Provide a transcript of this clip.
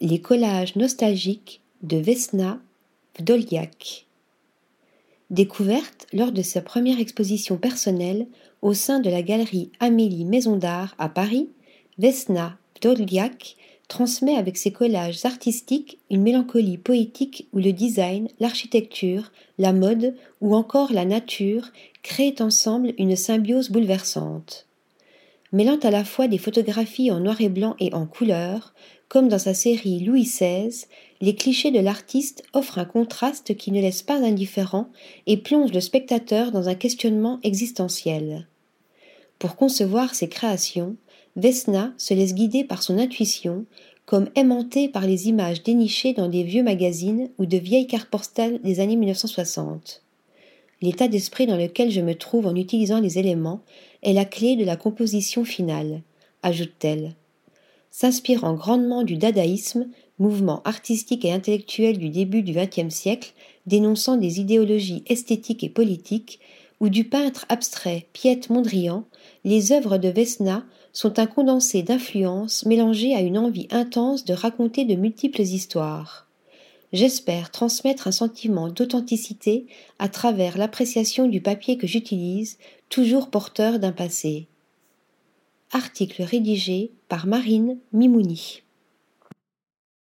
Les collages nostalgiques de Vesna Vdoliak. Découverte lors de sa première exposition personnelle au sein de la galerie Amélie Maison d'Art à Paris, Vesna Vdoliak transmet avec ses collages artistiques une mélancolie poétique où le design, l'architecture, la mode ou encore la nature créent ensemble une symbiose bouleversante. Mêlant à la fois des photographies en noir et blanc et en couleur, comme dans sa série Louis XVI, les clichés de l'artiste offrent un contraste qui ne laisse pas indifférent et plonge le spectateur dans un questionnement existentiel. Pour concevoir ses créations, Vesna se laisse guider par son intuition, comme aimantée par les images dénichées dans des vieux magazines ou de vieilles cartes postales des années 1960. L'état d'esprit dans lequel je me trouve en utilisant les éléments est la clé de la composition finale, ajoute-t-elle. S'inspirant grandement du dadaïsme, mouvement artistique et intellectuel du début du XXe siècle, dénonçant des idéologies esthétiques et politiques, ou du peintre abstrait Piet Mondrian, les œuvres de Vesna sont un condensé d'influences mélangées à une envie intense de raconter de multiples histoires. J'espère transmettre un sentiment d'authenticité à travers l'appréciation du papier que j'utilise, toujours porteur d'un passé. Article rédigé par Marine Mimouni.